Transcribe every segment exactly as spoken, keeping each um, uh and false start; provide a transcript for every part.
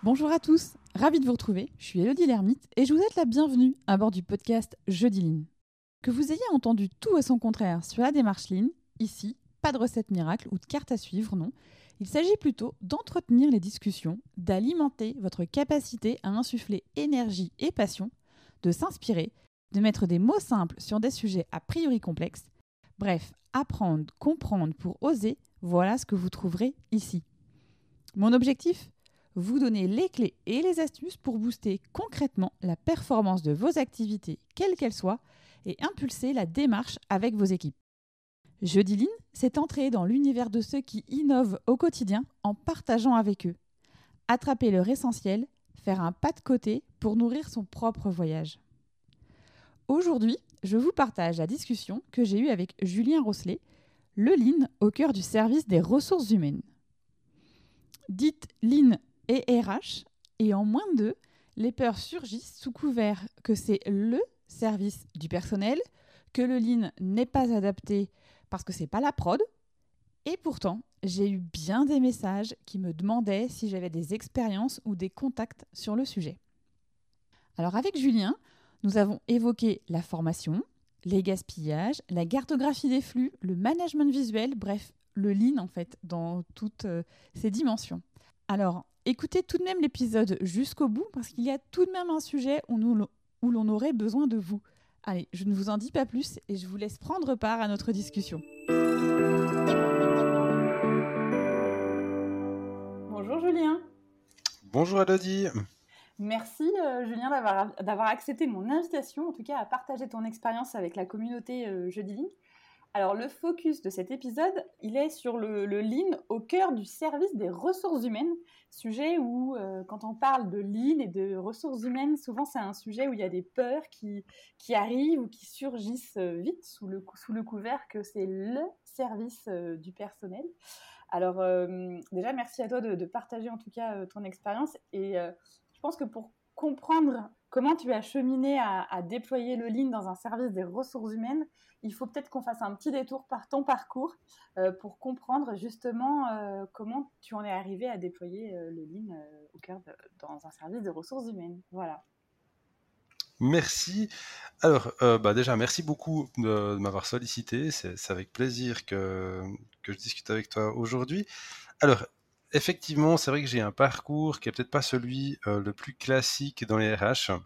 Bonjour à tous, ravie de vous retrouver, je suis Elodie Lermite et je vous souhaite la bienvenue à bord du podcast Jeudi Lean. Que vous ayez entendu tout et son contraire sur la démarche Lean, ici, pas de recette miracle ou de carte à suivre, non. Il s'agit plutôt d'entretenir les discussions, d'alimenter votre capacité à insuffler énergie et passion, de s'inspirer, de mettre des mots simples sur des sujets a priori complexes. Bref, apprendre, comprendre pour oser, voilà ce que vous trouverez ici. Mon objectif ? Vous donner les clés et les astuces pour booster concrètement la performance de vos activités, quelles qu'elles soient, et impulser la démarche avec vos équipes. Jeudi Lean, c'est entrer dans l'univers de ceux qui innovent au quotidien en partageant avec eux. Attraper leur essentiel, faire un pas de côté pour nourrir son propre voyage. Aujourd'hui, je vous partage la discussion que j'ai eue avec Julien Rosselet, le Lean au cœur du service des ressources humaines. Dites Lean et R H, et en moins de deux, les peurs surgissent sous couvert que c'est le service du personnel, que le Lean n'est pas adapté parce que c'est pas la prod. Et pourtant, j'ai eu bien des messages qui me demandaient si j'avais des expériences ou des contacts sur le sujet. Alors avec Julien, nous avons évoqué la formation, les gaspillages, la cartographie des flux, le management visuel, bref, le Lean en fait, dans toutes euh, ses dimensions. Alors, écoutez tout de même l'épisode jusqu'au bout parce qu'il y a tout de même un sujet où, nous, où l'on aurait besoin de vous. Allez, je ne vous en dis pas plus et je vous laisse prendre part à notre discussion. Bonjour Julien. Bonjour Elodie. Merci euh, Julien d'avoir, d'avoir accepté mon invitation, en tout cas à partager ton expérience avec la communauté euh, Jeudi Lean. Alors, le focus de cet épisode, il est sur le, le Lean au cœur du service des ressources humaines. Sujet où, euh, quand on parle de Lean et de ressources humaines, souvent c'est un sujet où il y a des peurs qui, qui arrivent ou qui surgissent vite sous le, sous le couvert que c'est le service euh, du personnel. Alors, euh, déjà, merci à toi de, de partager en tout cas euh, ton expérience. Et euh, je pense que pour comprendre comment tu as cheminé à, à déployer le Lean dans un service des ressources humaines, il faut peut-être qu'on fasse un petit détour par ton parcours euh, pour comprendre justement euh, comment tu en es arrivé à déployer euh, le Lean euh, au cœur de, dans un service de ressources humaines. Voilà. Merci. Alors, euh, bah déjà, merci beaucoup de, de m'avoir sollicité. C'est, c'est avec plaisir que, que je discute avec toi aujourd'hui. Alors, effectivement, c'est vrai que j'ai un parcours qui est peut-être pas celui euh, le plus classique dans les R H.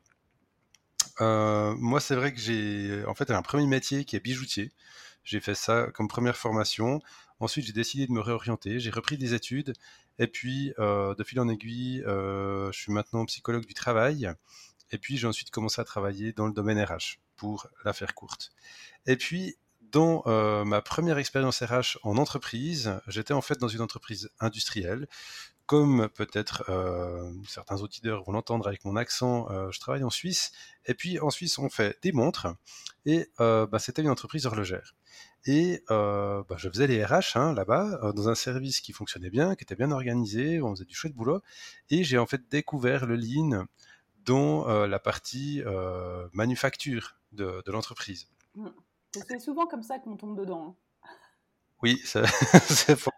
Euh, moi, c'est vrai que j'ai en fait un premier métier qui est bijoutier. J'ai fait ça comme première formation. Ensuite, j'ai décidé de me réorienter. J'ai repris des études. Et puis, euh, de fil en aiguille, euh, je suis maintenant psychologue du travail. Et puis, j'ai ensuite commencé à travailler dans le domaine R H, pour la faire courte. Et puis, dans euh, ma première expérience R H en entreprise, j'étais en fait dans une entreprise industrielle. Comme peut-être euh, certains auditeurs vont l'entendre avec mon accent, euh, je travaille en Suisse. Et puis en Suisse, on fait des montres. Et euh, bah, c'était une entreprise horlogère. Et euh, bah, je faisais les R H hein, là-bas, euh, dans un service qui fonctionnait bien, qui était bien organisé, on faisait du chouette boulot. Et j'ai en fait découvert le Lean dans euh, la partie euh, manufacture de, de l'entreprise. C'est souvent comme ça qu'on tombe dedans. Hein. Oui, c'est, c'est fort.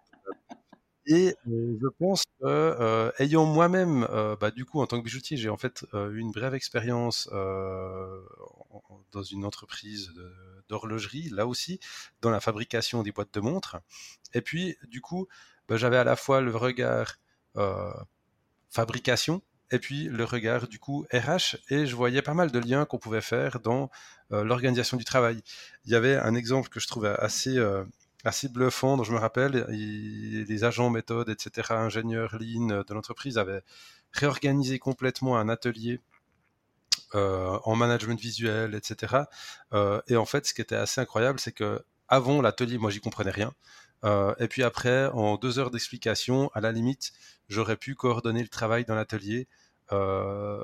Et euh, je pense que, euh, ayant moi-même, euh, bah, du coup, en tant que bijoutier, j'ai en fait euh, eu une brève expérience euh, en- dans une entreprise de- d'horlogerie, là aussi, dans la fabrication des boîtes de montres. Et puis, du coup, bah, j'avais à la fois le regard euh, fabrication et puis le regard du coup R H, et je voyais pas mal de liens qu'on pouvait faire dans euh, l'organisation du travail. Il y avait un exemple que je trouvais assez euh, assez bluffant, dont je me rappelle, il, les agents méthodes, et cetera, ingénieurs lean de l'entreprise avaient réorganisé complètement un atelier euh, en management visuel, et cetera. Euh, et en fait, ce qui était assez incroyable, c'est que avant l'atelier, moi, j'y comprenais rien. Euh, et puis après, en deux heures d'explication, à la limite, j'aurais pu coordonner le travail dans l'atelier. Euh,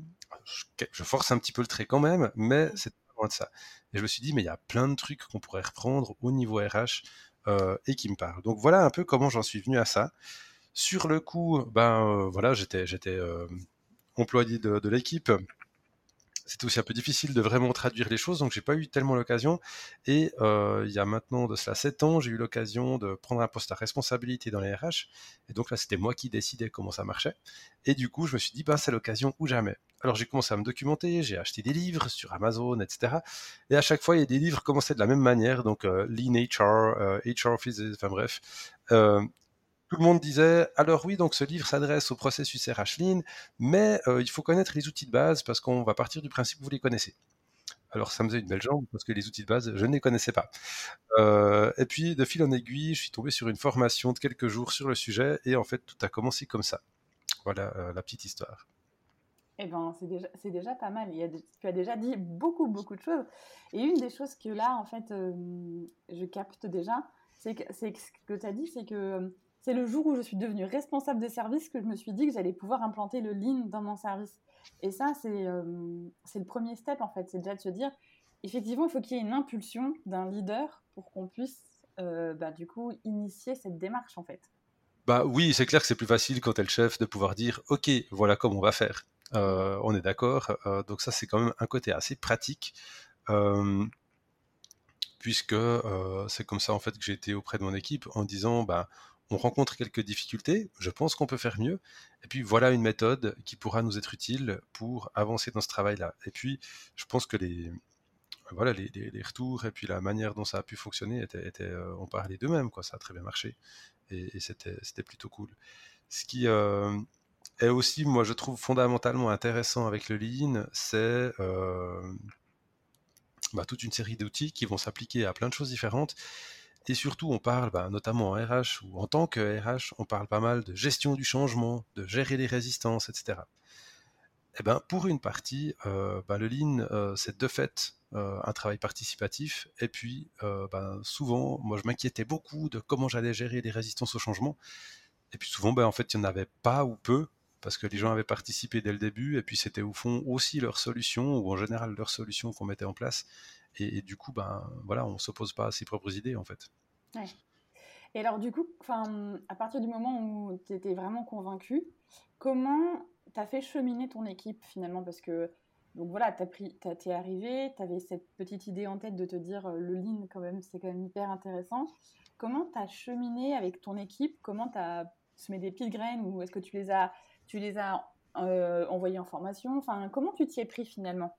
je, je force un petit peu le trait quand même, mais c'est pas loin de ça. Et je me suis dit, mais il y a plein de trucs qu'on pourrait reprendre au niveau R H euh, et qui me parlent. Donc voilà un peu comment j'en suis venu à ça. Sur le coup, ben euh, voilà, j'étais, j'étais euh, employé de, de l'équipe. c'était aussi un peu difficile de vraiment traduire les choses, donc j'ai pas eu tellement l'occasion. Et euh, il y a maintenant de cela sept ans, j'ai eu l'occasion de prendre un poste à responsabilité dans les R H. Et donc là, c'était moi qui décidais comment ça marchait. Et du coup, je me suis dit, bah, c'est l'occasion ou jamais. Alors j'ai commencé à me documenter, j'ai acheté des livres sur Amazon, et cetera. Et à chaque fois, il y a des livres qui commençaient de la même manière, donc euh, Lean H R, euh, H R Office, enfin bref. Euh, tout le monde disait, alors oui, donc ce livre s'adresse au processus R H Lean, mais euh, il faut connaître les outils de base parce qu'on va partir du principe que vous les connaissez. Alors ça me faisait une belle jambe parce que les outils de base, je ne les connaissais pas. Euh, et puis de fil en aiguille, je suis tombé sur une formation de quelques jours sur le sujet et en fait tout a commencé comme ça. Voilà euh, la petite histoire. Eh ben, c'est déjà, c'est déjà pas mal. Il y a de- tu as déjà dit beaucoup, beaucoup de choses. Et une des choses que là, en fait, euh, je capte déjà, c'est que, c'est que ce que tu as dit, c'est que euh, c'est le jour où je suis devenue responsable de service que je me suis dit que j'allais pouvoir implanter le lean dans mon service. Et ça, c'est euh, c'est le premier step, en fait. C'est déjà de se dire, effectivement, il faut qu'il y ait une impulsion d'un leader pour qu'on puisse, euh, bah, du coup, initier cette démarche, en fait. Bah oui, c'est clair que c'est plus facile quand t'es le chef de pouvoir dire, ok, voilà comment on va faire. Euh, on est d'accord. Euh, donc ça, c'est quand même un côté assez pratique. Euh, puisque euh, c'est comme ça en fait que j'ai été auprès de mon équipe en disant bah, on rencontre quelques difficultés, je pense qu'on peut faire mieux, et puis voilà une méthode qui pourra nous être utile pour avancer dans ce travail-là. Et puis je pense que les, voilà, les, les, les retours et puis la manière dont ça a pu fonctionner étaient, étaient, euh, on parlait d'eux-mêmes, quoi. Ça a très bien marché et, et c'était, c'était plutôt cool. Ce qui euh, est aussi, moi je trouve fondamentalement intéressant avec le Lean, c'est euh, bah, toute une série d'outils qui vont s'appliquer à plein de choses différentes. Et surtout, on parle, bah, notamment en R H ou en tant que R H, on parle pas mal de gestion du changement, de gérer les résistances, et cetera. Et ben, pour une partie, euh, bah, le Lean, euh, c'est de fait euh, un travail participatif. Et puis, euh, bah, souvent, moi, je m'inquiétais beaucoup de comment j'allais gérer les résistances au changement. Et puis souvent, bah, en fait, il n'y en avait pas ou peu, parce que les gens avaient participé dès le début, et puis c'était au fond aussi leur solution, ou en général leur solution qu'on mettait en place. Et, et du coup, ben voilà, on s'oppose pas à ses propres idées, en fait. Ouais. Et alors, du coup, à partir du moment où tu étais vraiment convaincu, comment tu as fait cheminer ton équipe finalement? Parce que, donc voilà, tu es arrivé, tu avais cette petite idée en tête de te dire euh, le lean, quand même, c'est quand même hyper intéressant. Comment tu as cheminé avec ton équipe? Comment tu as semé des petites graines ou est-ce que tu les as, tu les as euh, envoyées en formation? Enfin, comment tu t'y es pris finalement?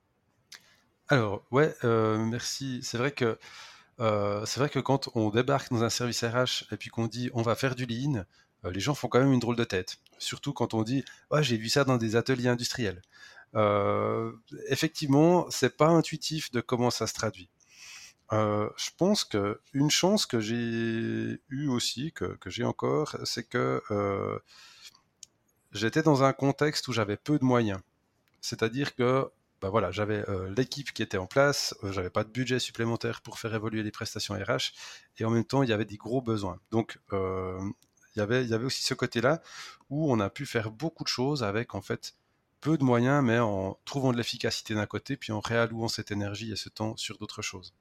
Alors, ouais, euh, merci. C'est vrai que euh, c'est vrai que quand on débarque dans un service R H et puis qu'on dit on va faire du lean, euh, les gens font quand même une drôle de tête. Surtout quand on dit ah, j'ai vu ça dans des ateliers industriels. Euh, effectivement, c'est pas intuitif de comment ça se traduit. Euh, je pense que une chance que j'ai eue aussi, que, que j'ai encore, c'est que euh, j'étais dans un contexte où j'avais peu de moyens. C'est-à-dire que bah voilà, j'avais euh, l'équipe qui était en place, euh, j'avais pas de budget supplémentaire pour faire évoluer les prestations R H, et en même temps, il y avait des gros besoins. Donc, euh, il y avait, il y avait aussi ce côté-là où on a pu faire beaucoup de choses avec en fait peu de moyens, mais en trouvant de l'efficacité d'un côté, puis en réallouant cette énergie et ce temps sur d'autres choses.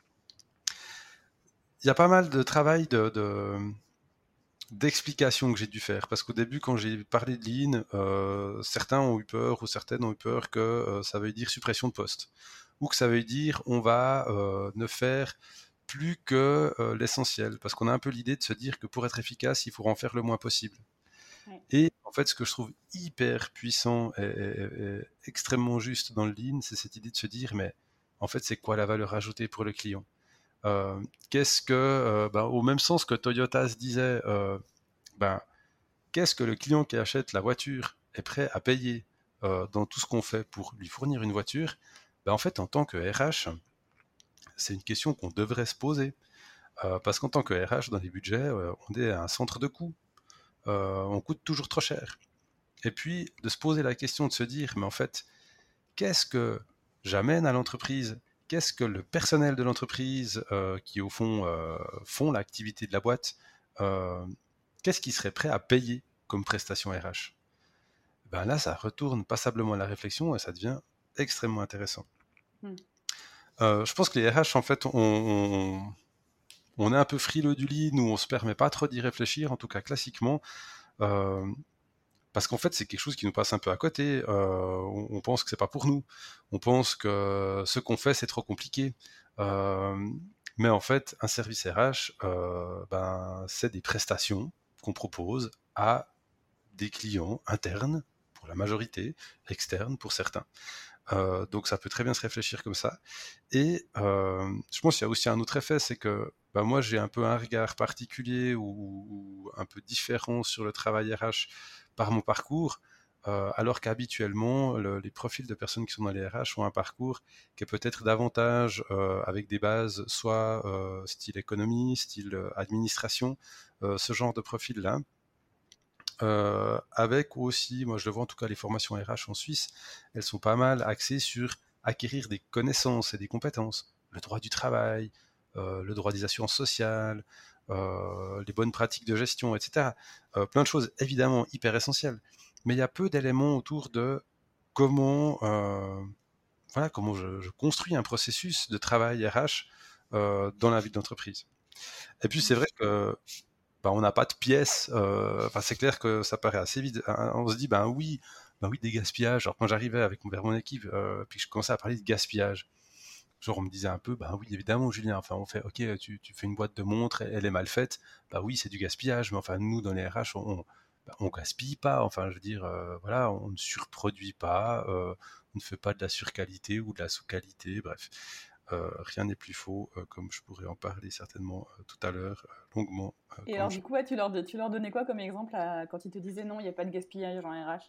Il y a pas mal de travail de, de d'explications que j'ai dû faire. Parce qu'au début, quand j'ai parlé de Lean, euh, certains ont eu peur ou certaines ont eu peur que euh, ça veuille dire suppression de poste. Ou que ça veut dire on va euh, ne faire plus que euh, l'essentiel. Parce qu'on a un peu l'idée de se dire que pour être efficace, il faut en faire le moins possible. Ouais. Et en fait, ce que je trouve hyper puissant et, et, et extrêmement juste dans le Lean, c'est cette idée de se dire, mais en fait, c'est quoi la valeur ajoutée pour le client? Euh, qu'est-ce que, euh, ben, au même sens que Toyota se disait, euh, ben, qu'est-ce que le client qui achète la voiture est prêt à payer euh, dans tout ce qu'on fait pour lui fournir une voiture, ben, en fait, en tant que R H, c'est une question qu'on devrait se poser. Euh, parce qu'en tant que R H, dans les budgets, euh, on est un centre de coût. Euh, on coûte toujours trop cher. Et puis, de se poser la question de se dire, mais en fait, qu'est-ce que j'amène à l'entreprise? Qu'est-ce que le personnel de l'entreprise euh, qui, au fond, euh, font l'activité de la boîte, euh, qu'est-ce qu'ils seraient prêts à payer comme prestation R H? Ben là, ça retourne passablement à la réflexion et ça devient extrêmement intéressant. Hmm. Euh, je pense que les R H, en fait, on, on, on est un peu frileux du lean, où on se permet pas trop d'y réfléchir, en tout cas classiquement. Euh, parce qu'en fait, c'est quelque chose qui nous passe un peu à côté. Euh, on, on pense que c'est pas pour nous. On pense que ce qu'on fait, c'est trop compliqué. Euh, mais en fait, un service R H, euh, ben, c'est des prestations qu'on propose à des clients internes pour la majorité, externes pour certains. Euh, donc ça peut très bien se réfléchir comme ça. Et euh, je pense qu'il y a aussi un autre effet, c'est que ben, moi j'ai un peu un regard particulier ou, ou un peu différent sur le travail R H par mon parcours, euh, alors qu'habituellement le, les profils de personnes qui sont dans les R H ont un parcours qui est peut-être davantage euh, avec des bases soit euh, style économie, style euh, administration, euh, ce genre de profil-là. Euh, avec aussi, moi je le vois en tout cas, les formations R H en Suisse, elles sont pas mal axées sur acquérir des connaissances et des compétences, le droit du travail, euh, le droit des assurances sociales, euh, les bonnes pratiques de gestion, et cetera. Euh, plein de choses évidemment hyper essentielles, mais il y a peu d'éléments autour de comment, euh, voilà, comment je, je, construis un processus de travail R H euh, dans la vie d'entreprise. Et puis c'est vrai que ben, on n'a pas de pièces. Euh, enfin, c'est clair que ça paraît assez vite. Hein, on se dit, ben oui, ben oui, des gaspillages. Alors quand j'arrivais avec vers mon équipe, euh, puis que je commençais à parler de gaspillage, genre on me disait un peu, ben oui, évidemment, Julien. Enfin, on fait, ok, tu, tu fais une boîte de montres, elle est mal faite. Ben oui, c'est du gaspillage. Mais enfin, nous, dans les R H, on, ben, on gaspille pas. Enfin, je veux dire, euh, voilà, on ne surproduit pas. Euh, on ne fait pas de la surqualité ou de la sous-qualité. Bref. Euh, rien n'est plus faux, euh, comme je pourrais en parler certainement euh, tout à l'heure, euh, longuement. Euh, Et quand alors, je... du coup, ouais, tu, leur, tu leur donnais quoi comme exemple à, quand ils te disaient non, il n'y a pas de gaspillage en R H?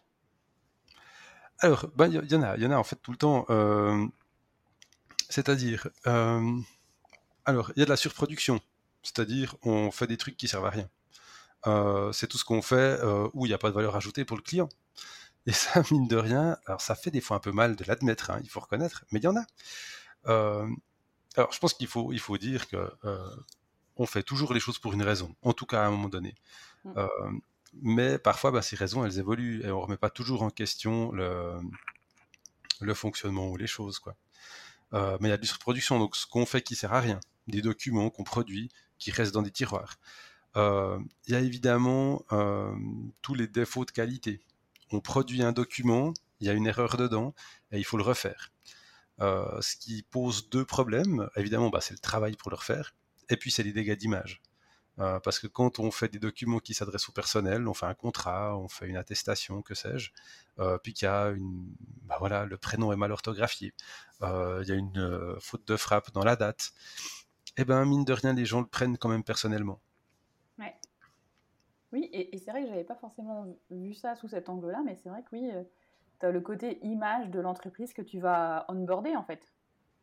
Alors, il ben, y, y en a, il y en a en fait tout le temps. Euh, c'est-à-dire, euh, alors, il y a de la surproduction, c'est-à-dire, on fait des trucs qui servent à rien. Euh, c'est tout ce qu'on fait euh, où il n'y a pas de valeur ajoutée pour le client. Et ça, mine de rien, alors ça fait des fois un peu mal de l'admettre, hein, il faut reconnaître, mais il y en a. Euh, alors, je pense qu'il faut, il faut dire que euh, on fait toujours les choses pour une raison, en tout cas à un moment donné. Mm. Euh, mais parfois, bah, ces raisons, elles évoluent et on ne remet pas toujours en question le, le fonctionnement ou les choses, quoi. Euh, mais il y a de la surproduction, donc ce qu'on fait qui sert à rien, des documents qu'on produit qui restent dans des tiroirs. Euh, Il y a évidemment euh, tous les défauts de qualité. On produit un document, il y a une erreur dedans et il faut le refaire. Euh, ce qui pose deux problèmes. Évidemment, bah, c'est le travail pour le refaire et puis c'est les dégâts d'image. Euh, parce que quand on fait des documents qui s'adressent au personnel, on fait un contrat, on fait une attestation, que sais-je, euh, puis qu'il y a une, bah voilà, le prénom est mal orthographié, euh, il y a une euh, faute de frappe dans la date, et ben mine de rien, les gens le prennent quand même personnellement. Ouais. Oui, et, et c'est vrai que j'avais pas forcément vu ça sous cet angle-là, mais c'est vrai que oui, euh, tu as le côté image de l'entreprise que tu vas onboarder en fait.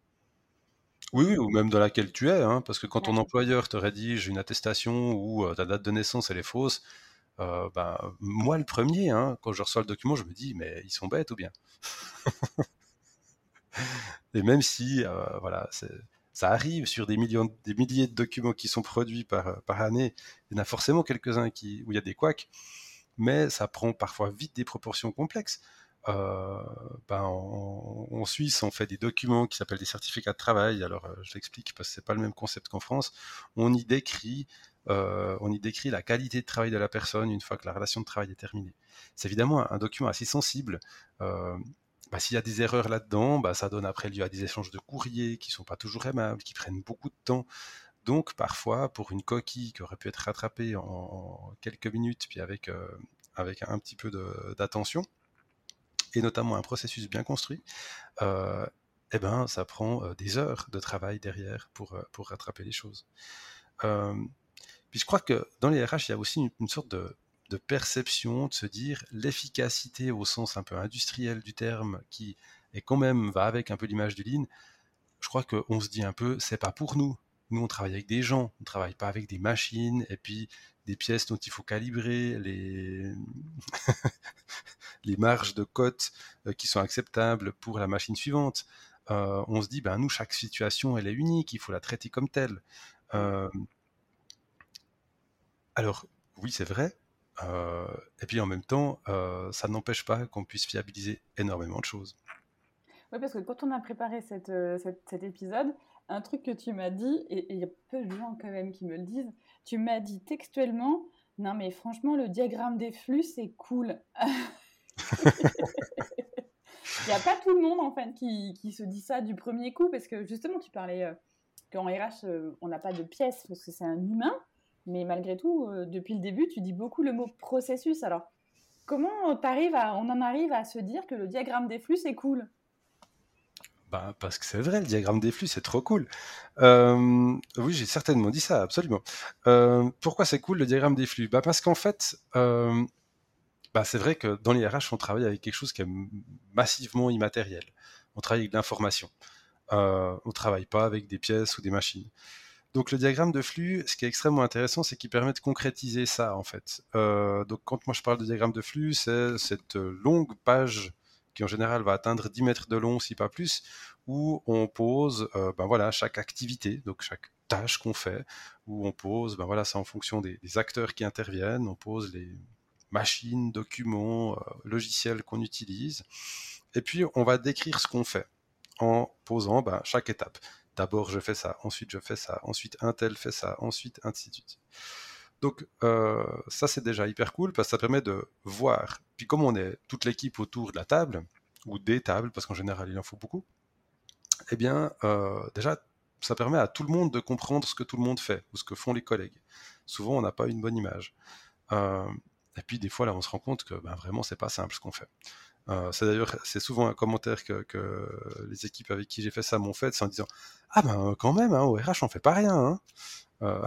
Oui, oui, ou même dans laquelle tu es, hein, parce que quand ton Ouais. employeur te rédige une attestation où euh, ta date de naissance elle est fausse, euh, ben, moi le premier, hein, quand je reçois le document, je me dis, mais ils sont bêtes ou bien. Et même si, euh, voilà, c'est, ça arrive sur des millions, des milliers de documents qui sont produits par, par année, il y en a forcément quelques-uns qui, où il y a des couacs, mais ça prend parfois vite des proportions complexes. Euh, ben en, en Suisse, on fait des documents qui s'appellent des certificats de travail. Alors, euh, je l'explique parce que c'est pas le même concept qu'en France. On y décrit, euh, on y décrit la qualité de travail de la personne une fois que la relation de travail est terminée. C'est évidemment un, un document assez sensible. Euh, bah, s'il y a des erreurs là-dedans, bah, ça donne après lieu à des échanges de courriers qui sont pas toujours aimables, qui prennent beaucoup de temps. Donc parfois, pour une coquille qui aurait pu être rattrapée en, en quelques minutes, puis avec, euh, avec un petit peu de, d'attention, et notamment un processus bien construit, euh, eh ben, ça prend euh, des heures de travail derrière pour, euh, pour rattraper les choses. Euh, puis je crois que dans les R H, il y a aussi une, une sorte de, de perception de se dire l'efficacité au sens un peu industriel du terme, qui est quand même va avec un peu l'image du lean. Je crois qu'on se dit un peu, c'est pas pour nous. Nous, on travaille avec des gens, on travaille pas avec des machines et puis des pièces dont il faut calibrer les, les marges de cote euh, qui sont acceptables pour la machine suivante. Euh, on se dit, ben nous, chaque situation, elle est unique, il faut la traiter comme telle. Euh, alors, oui, c'est vrai. Euh, et puis en même temps, euh, ça n'empêche pas qu'on puisse fiabiliser énormément de choses. Oui, parce que quand on a préparé cette, euh, cette- cet épisode, un truil y a peu de gens quand même qui me le disent, tu m'as dit textuellement, Non, mais franchement, le diagramme des flux, c'est cool. Il n'y a pas tout le monde, en fait, qui, qui se dit ça du premier coup, parce que justement, tu parlais euh, qu'en R H, euh, on n'a pas de pièce, parce que c'est un humain, mais malgré tout, euh, depuis le début, tu dis beaucoup le mot processus. Alors, comment t'arrives à, on en arrive à se dire que le diagramme des flux, c'est cool? Bah, parce que c'est vrai, le diagramme des flux, c'est trop cool. Euh, oui, j'ai certainement dit ça, absolument. Euh, pourquoi c'est cool le diagramme des flux? Bah, parce qu'en fait, euh, bah, c'est vrai que dans les R H, on travaille avec quelque chose qui est massivement immatériel. On travaille avec de l'information. Euh, on ne travaille pas avec des pièces ou des machines. Donc le diagramme de flux, ce qui est extrêmement intéressant, c'est qu'il permet de concrétiser ça, en fait. Euh, donc quand moi je parle de diagramme de flux, c'est cette longue page qui en général va atteindre dix mètres de long, si pas plus, où on pose euh, ben voilà, chaque activité, donc chaque tâche qu'on fait, où on pose, ben voilà, c'est en fonction des, des acteurs qui interviennent, on pose les machines, documents, euh, logiciels qu'on utilise, et puis on va décrire ce qu'on fait en posant ben, chaque étape. D'abord je fais ça, ensuite je fais ça, ensuite un tel fait ça, ensuite ainsi de suite. Donc euh, ça c'est déjà hyper cool parce que ça permet de voir. Puis comme on est toute l'équipe autour de la table, ou des tables, parce qu'en général il en faut beaucoup, eh bien euh, déjà ça permet à tout le monde de comprendre ce que tout le monde fait, ou ce que font les collègues. Souvent on n'a pas une bonne image. Euh, et puis des fois là on se rend compte que ben, vraiment c'est pas simple ce qu'on fait. Euh, c'est d'ailleurs c'est souvent un commentaire que, que les équipes avec qui j'ai fait ça m'ont fait, c'est en disant ah ben quand même hein, au R H on fait pas rien hein. Euh,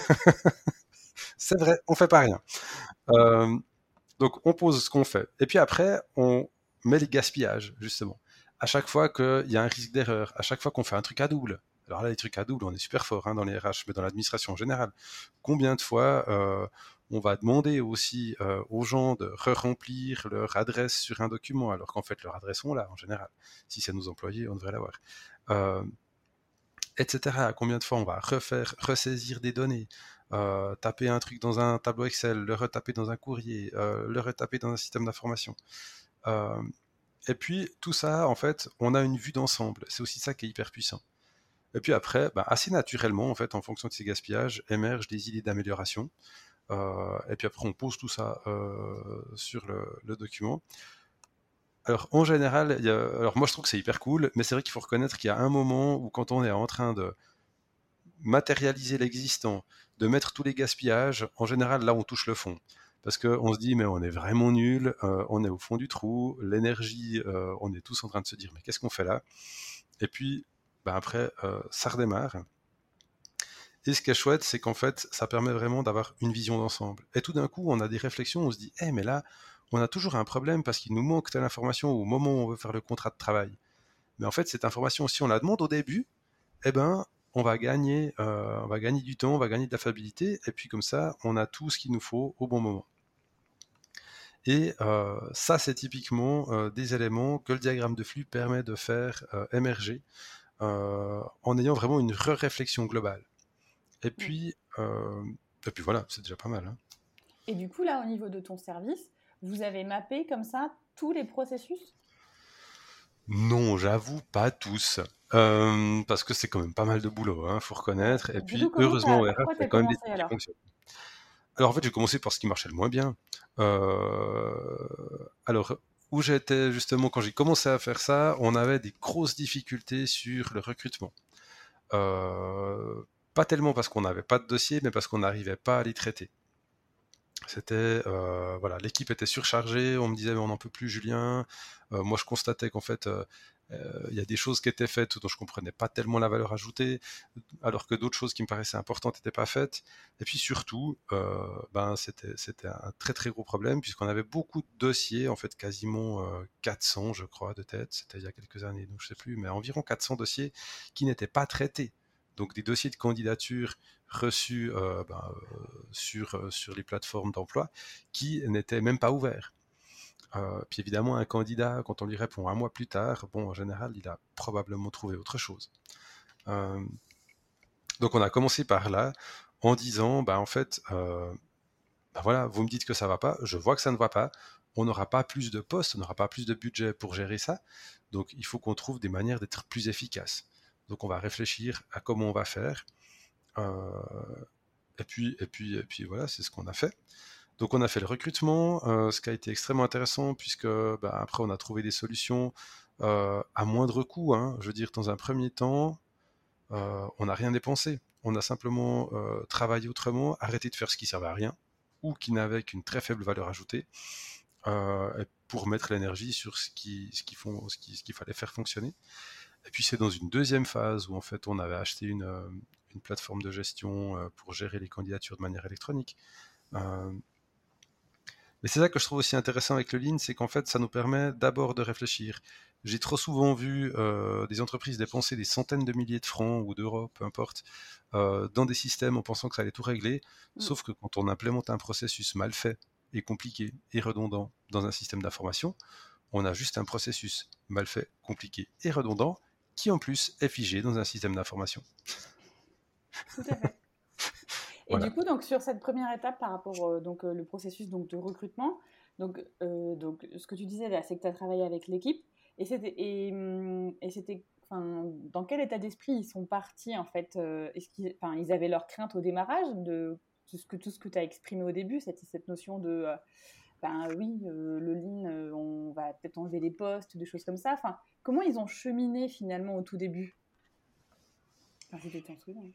c'est vrai on fait pas rien. Euh, donc on pose ce qu'on fait et puis après on met les gaspillages justement. À chaque fois qu'il y a un risque d'erreur, à chaque fois qu'on fait un truc à double. Alors là les trucs à double on est super fort hein, dans les R H mais dans l'administration en général. Combien de fois euh, on va demander aussi euh, aux gens de re-remplir leur adresse sur un document, alors qu'en fait leur adresse on l'a en général. Si c'est nos employés, on devrait l'avoir. Euh, et cetera. Combien de fois on va refaire, ressaisir des données, euh, taper un truc dans un tableau Excel, le retaper dans un courrier, euh, le retaper dans un système d'information. Euh, et puis tout ça, en fait, on a une vue d'ensemble. C'est aussi ça qui est hyper puissant. Et puis après, bah, assez naturellement, en fait, en fonction de ces gaspillages, émergent des idées d'amélioration. Euh, et puis après, on pose tout ça euh, sur le, le document. Alors, en général, il y a, alors moi je trouve que c'est hyper cool, mais c'est vrai qu'il faut reconnaître qu'il y a un moment où quand on est en train de matérialiser l'existant, de mettre tous les gaspillages, en général, là on touche le fond. Parce qu'on se dit, mais on est vraiment nul, euh, on est au fond du trou, l'énergie, euh, on est tous en train de se dire, mais qu'est-ce qu'on fait là? Et puis, ben après, euh, ça redémarre. Et ce qui est chouette, c'est qu'en fait, ça permet vraiment d'avoir une vision d'ensemble. Et tout d'un coup, on a des réflexions, on se dit, eh, hey, mais là, on a toujours un problème parce qu'il nous manque telle information au moment où on veut faire le contrat de travail. Mais en fait, cette information, si on la demande au début, eh ben, on va gagner, euh, on va gagner du temps, on va gagner de la fiabilité, et puis comme ça, on a tout ce qu'il nous faut au bon moment. Et euh, ça, c'est typiquement euh, des éléments que le diagramme de flux permet de faire euh, émerger euh, en ayant vraiment une réflexion globale. Et puis, euh, et puis voilà, c'est déjà pas mal. Hein. Et du coup, là, au niveau de ton service, vous avez mappé comme ça tous les processus? Non, j'avoue, pas tous. Euh, parce que c'est quand même pas mal de boulot, hein, faut reconnaître. Ouais. Et Du coup, puis, comment heureusement, t'as, au par R H, quoi il y a t'as quand même des commencé trucs qui alors? fonctionnent. Alors, en fait, j'ai commencé par ce qui marchait le moins bien. Euh, alors, où j'étais justement, quand j'ai commencé à faire ça, on avait des grosses difficultés sur le recrutement. Euh, pas tellement parce qu'on n'avait pas de dossier, mais parce qu'on n'arrivait pas à les traiter. C'était euh, voilà, l'équipe était surchargée. On me disait mais on n'en peut plus, Julien. Euh, moi, je constatais qu'en fait, euh, euh, il y a des choses qui étaient faites dont je comprenais pas tellement la valeur ajoutée, alors que d'autres choses qui me paraissaient importantes n'étaient pas faites. Et puis surtout, euh, ben c'était c'était un très très gros problème puisqu'on avait beaucoup de dossiers, en fait quasiment euh, quatre cents, je crois, de tête. C'était il y a quelques années, donc je sais plus, mais environ quatre cents dossiers qui n'étaient pas traités. Donc des dossiers de candidature reçus euh, ben, euh, sur, euh, sur les plateformes d'emploi qui n'étaient même pas ouverts. Euh, puis évidemment, un candidat, quand on lui répond un mois plus tard, bon, en général, il a probablement trouvé autre chose. Euh, donc on a commencé par là, en disant, bah, en fait, euh, bah, voilà, vous me dites que ça va pas, je vois que ça ne va pas, on n'aura pas plus de postes, on n'aura pas plus de budget pour gérer ça, donc il faut qu'on trouve des manières d'être plus efficaces. Donc on va réfléchir à comment on va faire. Euh, et puis, et puis, et puis voilà, c'est ce qu'on a fait. Donc on a fait le recrutement, euh, ce qui a été extrêmement intéressant puisque bah, après on a trouvé des solutions euh, à moindre coût. Hein. Je veux dire, dans un premier temps, euh, on n'a rien dépensé. On a simplement euh, travaillé autrement, arrêté de faire ce qui servait à rien ou qui n'avait qu'une très faible valeur ajoutée euh, pour mettre l'énergie sur ce qui, ce qui font, ce qui, ce qu'il fallait faire fonctionner. Et puis c'est dans une deuxième phase où en fait on avait acheté une, euh, une plateforme de gestion euh, pour gérer les candidatures de manière électronique. Euh, mais c'est ça que je trouve aussi intéressant avec le Lean, c'est qu'en fait ça nous permet d'abord de réfléchir. J'ai trop souvent vu euh, des entreprises dépenser des centaines de milliers de francs ou d'euros, peu importe, euh, dans des systèmes en pensant que ça allait tout régler, Mm. sauf que quand on implémente un processus mal fait et compliqué et redondant dans un système d'information, on a juste un processus mal fait, compliqué et redondant qui en plus est figé dans un système d'information. Tout à fait. Et Voilà. du coup, donc sur cette première étape par rapport euh, donc euh, le processus donc de recrutement, donc euh, donc ce que tu disais là, c'est que tu as travaillé avec l'équipe et c'était et, hum, et c'était enfin dans quel état d'esprit ils sont partis en fait euh, est-ce qu'ils enfin ils avaient leurs craintes au démarrage de tout ce que tout ce que tu as exprimé au début, cette cette notion de euh, ben oui, euh, le lean, euh, on va peut-être enlever des postes, des choses comme ça. Enfin, comment ils ont cheminé finalement au tout début? Enfin, si tu t'en souviens.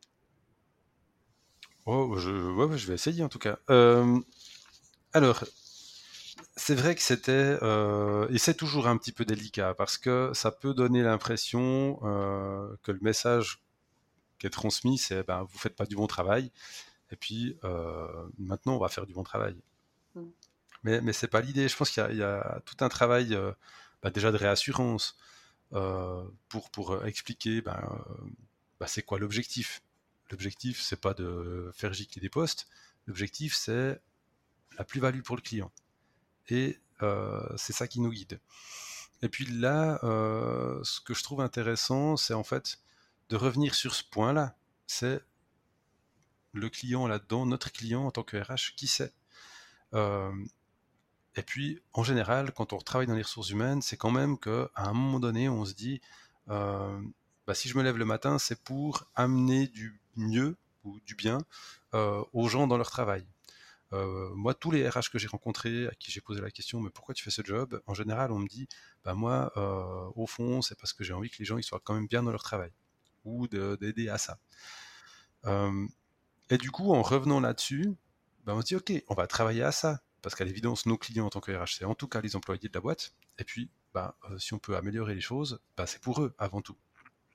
Oh, je, ouais, ouais, je vais essayer en tout cas. Euh, alors, c'est vrai que c'était, euh, et c'est toujours un petit peu délicat parce que ça peut donner l'impression euh, que le message qui est transmis, c'est ben, vous faites pas du bon travail, et puis euh, maintenant on va faire du bon travail. Mm. Mais, mais c'est pas l'idée. Je pense qu'il y a, il y a tout un travail euh, bah, déjà de réassurance euh, pour, pour expliquer ben, euh, bah, c'est quoi l'objectif. L'objectif, c'est pas de faire gicler des postes. L'objectif, c'est la plus-value pour le client. Et euh, c'est ça qui nous guide. Et puis là, euh, ce que je trouve intéressant, c'est en fait de revenir sur ce point-là. C'est le client là-dedans, notre client en tant que R H, qui c'est. Euh, et puis, en général, quand on travaille dans les ressources humaines, c'est quand même qu'à un moment donné, on se dit, euh, bah, si je me lève le matin, c'est pour amener du mieux ou du bien euh, aux gens dans leur travail. Euh, moi, tous les R H que j'ai rencontrés, à qui j'ai posé la question, mais pourquoi tu fais ce job? En général, on me dit, bah moi, euh, au fond, c'est parce que j'ai envie que les gens ils soient quand même bien dans leur travail, ou de, d'aider à ça. Euh, et du coup, en revenant là-dessus, bah on se dit, ok, on va travailler à ça, parce qu'à l'évidence, nos clients en tant que R H, c'est en tout cas les employés de la boîte. Et puis, bah, euh, si on peut améliorer les choses, bah, c'est pour eux avant tout.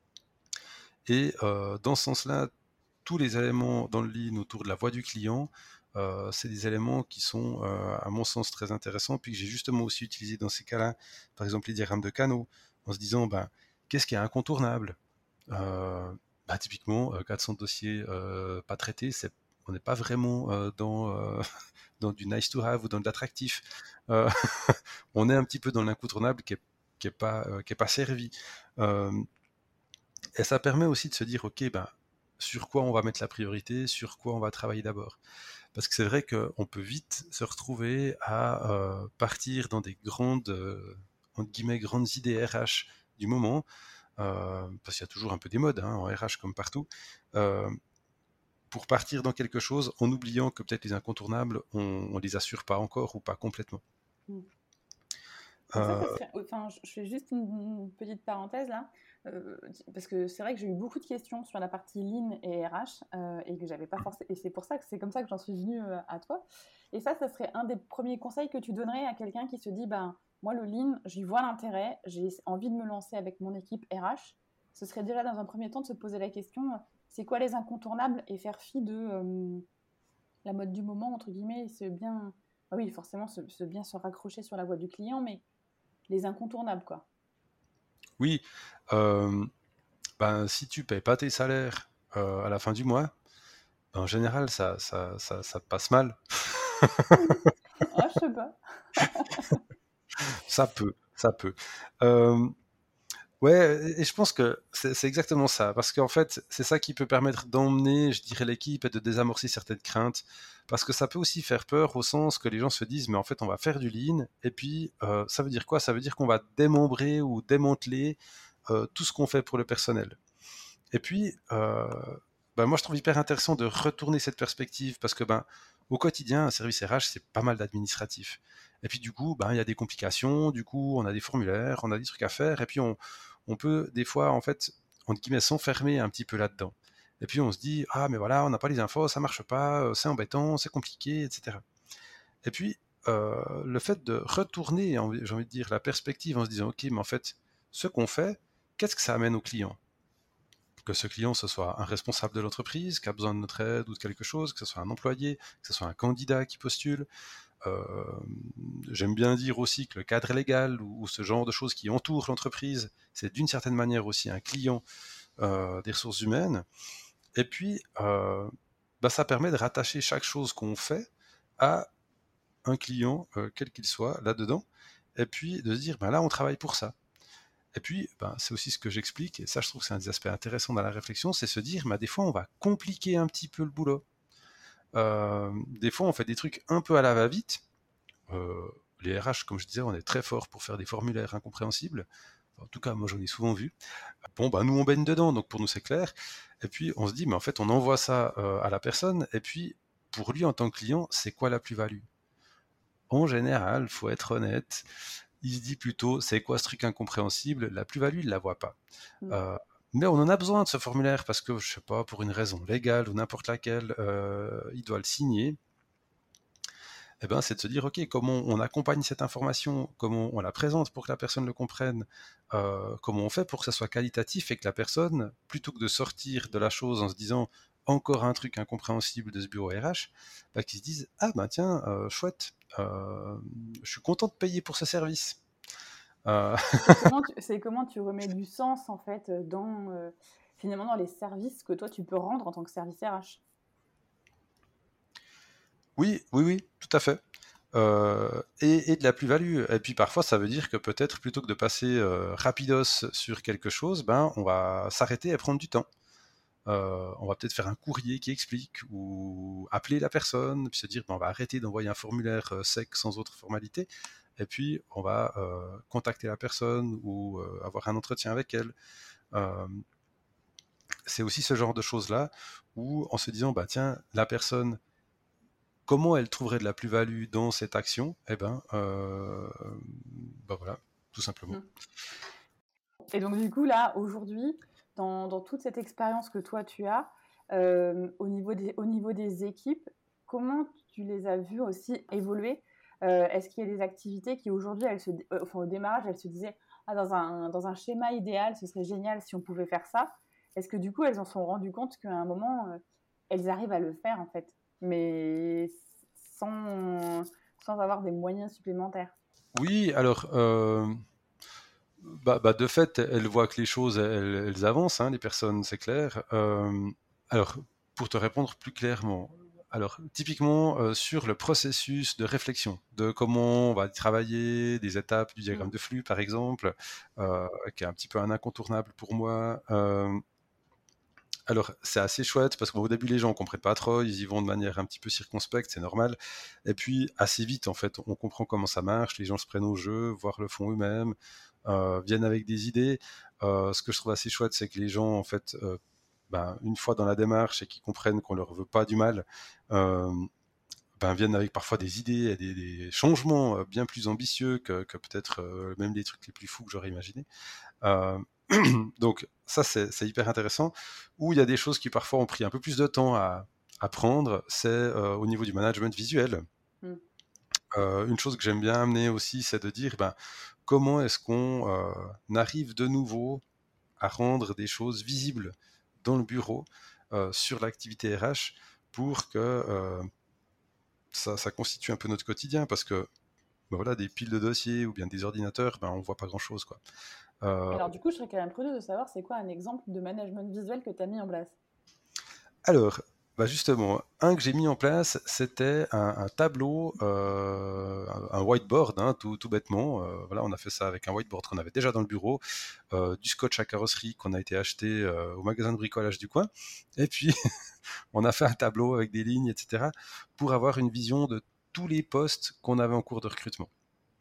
Et euh, dans ce sens-là, tous les éléments dans le lean autour de la voix du client, euh, c'est des éléments qui sont, euh, à mon sens, très intéressants, puis que j'ai justement aussi utilisé dans ces cas-là, par exemple les diagrammes de canaux, en se disant, ben, qu'est-ce qui est incontournable euh, bah, typiquement, euh, quatre cents dossiers euh, pas traités, c'est, on n'est pas vraiment euh, dans, euh, dans du nice to have ou dans de l'attractif. Euh, on est un petit peu dans l'incontournable qui n'est qui est pas, euh, qui est pas servi. Euh, et ça permet aussi de se dire, ok, ben, sur quoi on va mettre la priorité, sur quoi on va travailler d'abord. Parce que c'est vrai qu'on peut vite se retrouver à euh, partir dans des grandes, euh, entre guillemets, grandes idées R H du moment, euh, parce qu'il y a toujours un peu des modes hein, en R H comme partout, euh, pour partir dans quelque chose en oubliant que peut-être les incontournables, on ne les assure pas encore ou pas complètement. Mm. Et ça, ça Euh, serait. Enfin, je fais juste une, une petite parenthèse là, euh, parce que c'est vrai que j'ai eu beaucoup de questions sur la partie Lean et R H euh, et que j'avais pas forcément. Et c'est pour ça que c'est comme ça que j'en suis venue euh, à toi. Et ça, ça serait un des premiers conseils que tu donnerais à quelqu'un qui se dit, ben moi le Lean, j'y vois l'intérêt, j'ai envie de me lancer avec mon équipe R H. Ce serait déjà dans un premier temps de se poser la question, c'est quoi les incontournables et faire fi de euh, la mode du moment entre guillemets, et se bien, ah oui forcément se, se bien se raccrocher sur la voix du client, mais les incontournables, quoi. oui, euh, ben, si tu payes pas tes salaires euh, à la fin du mois, ben, en général, ça, ça, ça, ça passe mal. Ah, je sais pas. Ça peut, ça peut. Euh, Ouais, et je pense que c'est c'est exactement ça, parce qu'en fait, c'est ça qui peut permettre d'emmener, je dirais, l'équipe et de désamorcer certaines craintes, parce que ça peut aussi faire peur au sens que les gens se disent, mais en fait, on va faire du lean, et puis euh, ça veut dire quoi? Ça veut dire qu'on va démembrer ou démanteler euh, tout ce qu'on fait pour le personnel. Et puis, euh, ben, moi, je trouve hyper intéressant de retourner cette perspective, parce que ben, au quotidien, un service R H, c'est pas mal d'administratif. Et puis du coup, ben, il y a des complications, du coup, on a des formulaires, on a des trucs à faire, et puis on, on peut des fois, en fait, entre guillemets, s'enfermer un petit peu là-dedans. Et puis on se dit, ah mais voilà, on n'a pas les infos, ça marche pas, c'est embêtant, c'est compliqué, et cetera. Et puis, euh, le fait de retourner, j'ai envie de dire, la perspective en se disant, ok, mais en fait, ce qu'on fait, qu'est-ce que ça amène au client ? Que ce client, ce soit un responsable de l'entreprise qui a besoin de notre aide ou de quelque chose, que ce soit un employé, que ce soit un candidat qui postule. Euh, j'aime bien dire aussi que le cadre légal ou, ou ce genre de choses qui entourent l'entreprise, c'est d'une certaine manière aussi un client euh, des ressources humaines. Et puis, euh, bah, ça permet de rattacher chaque chose qu'on fait à un client, euh, quel qu'il soit, là-dedans, et puis de se dire, ben là, on travaille pour ça. Et puis, ben, c'est aussi ce que j'explique, et ça, je trouve que c'est un des aspects intéressants dans la réflexion, c'est se dire, ben, des fois, on va compliquer un petit peu le boulot. Euh, des fois, on fait des trucs un peu à la va-vite. Euh, les R H, comme je disais, on est très fort pour faire des formulaires incompréhensibles. En tout cas, moi, j'en ai souvent vu. Bon, ben, nous, on baigne dedans, donc pour nous, c'est clair. Et puis, on se dit, mais en fait, on envoie ça euh, à la personne, et puis, pour lui, en tant que client, c'est quoi la plus-value ? En général, il faut être honnête, il se dit plutôt, c'est quoi ce truc incompréhensible ? La plus-value, il ne la voit pas. Mmh. Euh, mais on en a besoin de ce formulaire parce que, je ne sais pas, pour une raison légale ou n'importe laquelle, euh, il doit le signer. Eh ben, c'est de se dire, ok, comment on accompagne cette information, comment on la présente pour que la personne le comprenne, euh, comment on fait pour que ça soit qualitatif et que la personne, plutôt que de sortir de la chose en se disant encore un truc incompréhensible de ce bureau R H, bah, qu'ils se disent, ah ben tiens, euh, chouette, euh, je suis content de payer pour ce service. Euh... C'est, comment tu, c'est comment tu remets du sens en fait dans, euh, finalement dans les services que toi tu peux rendre en tant que service R H. Oui, oui, oui, tout à fait. Euh, et, et de la plus-value. Et puis parfois, ça veut dire que peut-être plutôt que de passer euh, rapidos sur quelque chose, ben, on va s'arrêter et prendre du temps. Euh, on va peut-être faire un courrier qui explique ou appeler la personne, puis se dire ben, on va arrêter d'envoyer un formulaire euh, sec sans autre formalité, et puis on va euh, contacter la personne ou euh, avoir un entretien avec elle. Euh, c'est aussi ce genre de choses-là où en se disant bah, tiens, la personne, comment elle trouverait de la plus-value dans cette action ? Eh ben, euh, ben voilà, tout simplement. Et donc du coup là, aujourd'hui, dans, dans toute cette expérience que toi tu as, euh, au, niveau des, au niveau des équipes, comment tu les as vues aussi évoluer ? euh, Est-ce qu'il y a des activités qui aujourd'hui, elles se, euh, enfin, au démarrage, elles se disaient ah, dans, un, dans un schéma idéal, ce serait génial si on pouvait faire ça. Est-ce que du coup, elles en sont rendues compte qu'à un moment, euh, elles arrivent à le faire en fait, mais sans, sans avoir des moyens supplémentaires ? Oui, alors... Euh... Bah, bah, de fait, elles voient que les choses, elles, elles avancent, hein, les personnes, c'est clair. Euh, alors, pour te répondre plus clairement, alors typiquement euh, sur le processus de réflexion, de comment on va travailler, des étapes du diagramme de flux, par exemple, euh, qui est un petit peu un incontournable pour moi. Euh, alors, c'est assez chouette parce qu'au début, les gens ne comprennent pas trop, ils y vont de manière un petit peu circonspecte, c'est normal. Et puis, assez vite, en fait, on comprend comment ça marche, les gens se prennent au jeu, voire le font eux-mêmes, euh, viennent avec des idées. Euh, ce que je trouve assez chouette, c'est que les gens, en fait, euh, ben, une fois dans la démarche et qu'ils comprennent qu'on ne leur veut pas du mal, euh, ben, viennent avec parfois des idées et des, des changements bien plus ambitieux que, que peut-être euh, même des trucs les plus fous que j'aurais imaginé. Euh, donc ça c'est, c'est hyper intéressant. Où il y a des choses qui parfois ont pris un peu plus de temps à apprendre, c'est euh, au niveau du management visuel. Mm. Euh, une chose que j'aime bien amener aussi, c'est de dire ben, comment est-ce qu'on euh, arrive de nouveau à rendre des choses visibles dans le bureau euh, sur l'activité R H pour que euh, ça, ça constitue un peu notre quotidien, parce que ben voilà, des piles de dossiers ou bien des ordinateurs, ben, on voit pas grand chose quoi. Euh... Alors du coup, je serais quand même curieuse de savoir c'est quoi un exemple de management visuel que tu as mis en place. Alors, bah justement, un que j'ai mis en place, c'était un, un tableau, euh, un whiteboard, hein, tout, tout bêtement. Euh, voilà, on a fait ça avec un whiteboard qu'on avait déjà dans le bureau, euh, du scotch à carrosserie qu'on a été acheté euh, au magasin de bricolage du coin, et puis on a fait un tableau avec des lignes, et cetera, pour avoir une vision de tous les postes qu'on avait en cours de recrutement.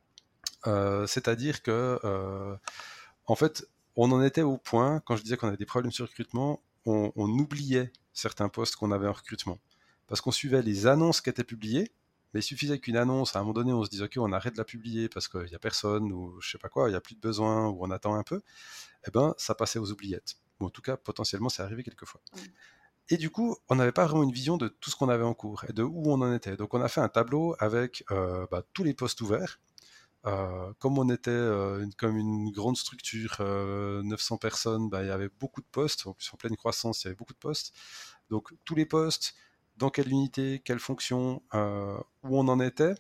Euh, c'est-à-dire que, euh, en fait, on en était au point, quand je disais qu'on avait des problèmes sur le recrutement, on, on oubliait certains postes qu'on avait en recrutement. parce qu'on suivait les annonces qui étaient publiées. Mais il suffisait qu'une annonce, à un moment donné, on se dise, OK, on arrête de la publier parce qu'il n'y a personne, ou je sais pas quoi, il n'y a plus de besoin, ou on attend un peu, eh ben, ça passait aux oubliettes. Ou en tout cas, potentiellement, c'est arrivé quelquefois. Mmh. Et du coup, on n'avait pas vraiment une vision de tout ce qu'on avait en cours et de où on en était. Donc, on a fait un tableau avec euh, bah, tous les postes ouverts. Euh, comme on était euh, une, comme une grande structure, euh, neuf cents personnes, bah, il y avait beaucoup de postes. En plus, en pleine croissance, il y avait beaucoup de postes. Donc, tous les postes, dans quelle unité, quelle fonction, euh, où on en était.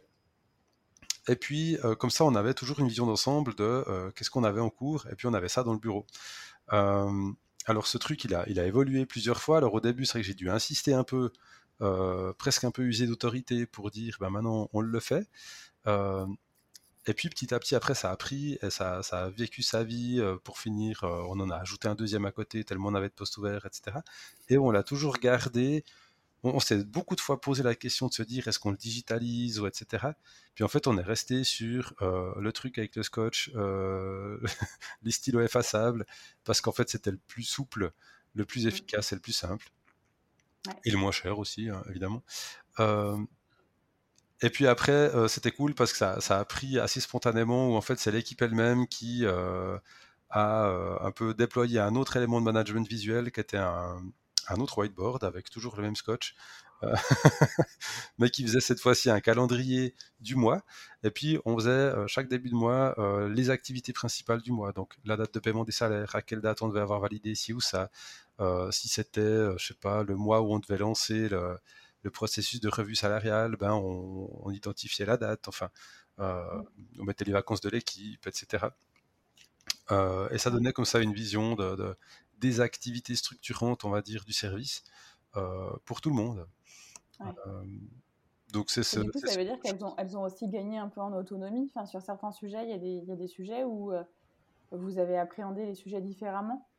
Et puis, euh, comme ça, on avait toujours une vision d'ensemble de euh, qu'est-ce qu'on avait en cours. Et puis, on avait ça dans le bureau. Euh, alors, ce truc, il a, il a évolué plusieurs fois. Alors, au début, c'est vrai que j'ai dû insister un peu, euh, presque un peu user d'autorité pour dire, ben, maintenant, on le fait. Euh, et puis, petit à petit, après, ça a pris et ça, ça a vécu sa vie. Euh, pour finir, euh, on en a ajouté un deuxième à côté, tellement on avait de postes ouverts, et cetera. Et on l'a toujours gardé. On, on s'est beaucoup de fois posé la question de se dire est-ce qu'on le digitalise ou et cetera. Puis en fait, on est resté sur euh, le truc avec le scotch, euh, les stylos effaçables, parce qu'en fait, c'était le plus souple, le plus efficace et le plus simple. Ouais. Et le moins cher aussi, hein, évidemment. Euh, et puis après, euh, c'était cool parce que ça, ça a pris assez spontanément, où en fait, c'est l'équipe elle-même qui euh, a euh, un peu déployé un autre élément de management visuel qui était un un autre whiteboard avec toujours le même scotch, euh, mais qui faisait cette fois-ci un calendrier du mois. Et puis, on faisait euh, chaque début de mois euh, les activités principales du mois. Donc, la date de paiement des salaires, à quelle date on devait avoir validé ci ou ça. Euh, si c'était, euh, je sais pas, le mois où on devait lancer le, le processus de revue salariale, ben, on, on identifiait la date. Enfin, euh, on mettait les vacances de l'équipe, et cetera. Euh, et ça donnait comme ça une vision de, de des activités structurantes, on va dire, du service euh, pour tout le monde. Ouais. Euh, donc c'est ce, du coup, c'est ça ce veut dire qu'elles ont, elles ont aussi gagné un peu en autonomie. Enfin, sur certains sujets, il y a des, il y a des sujets où euh, vous avez appréhendé les sujets différemment.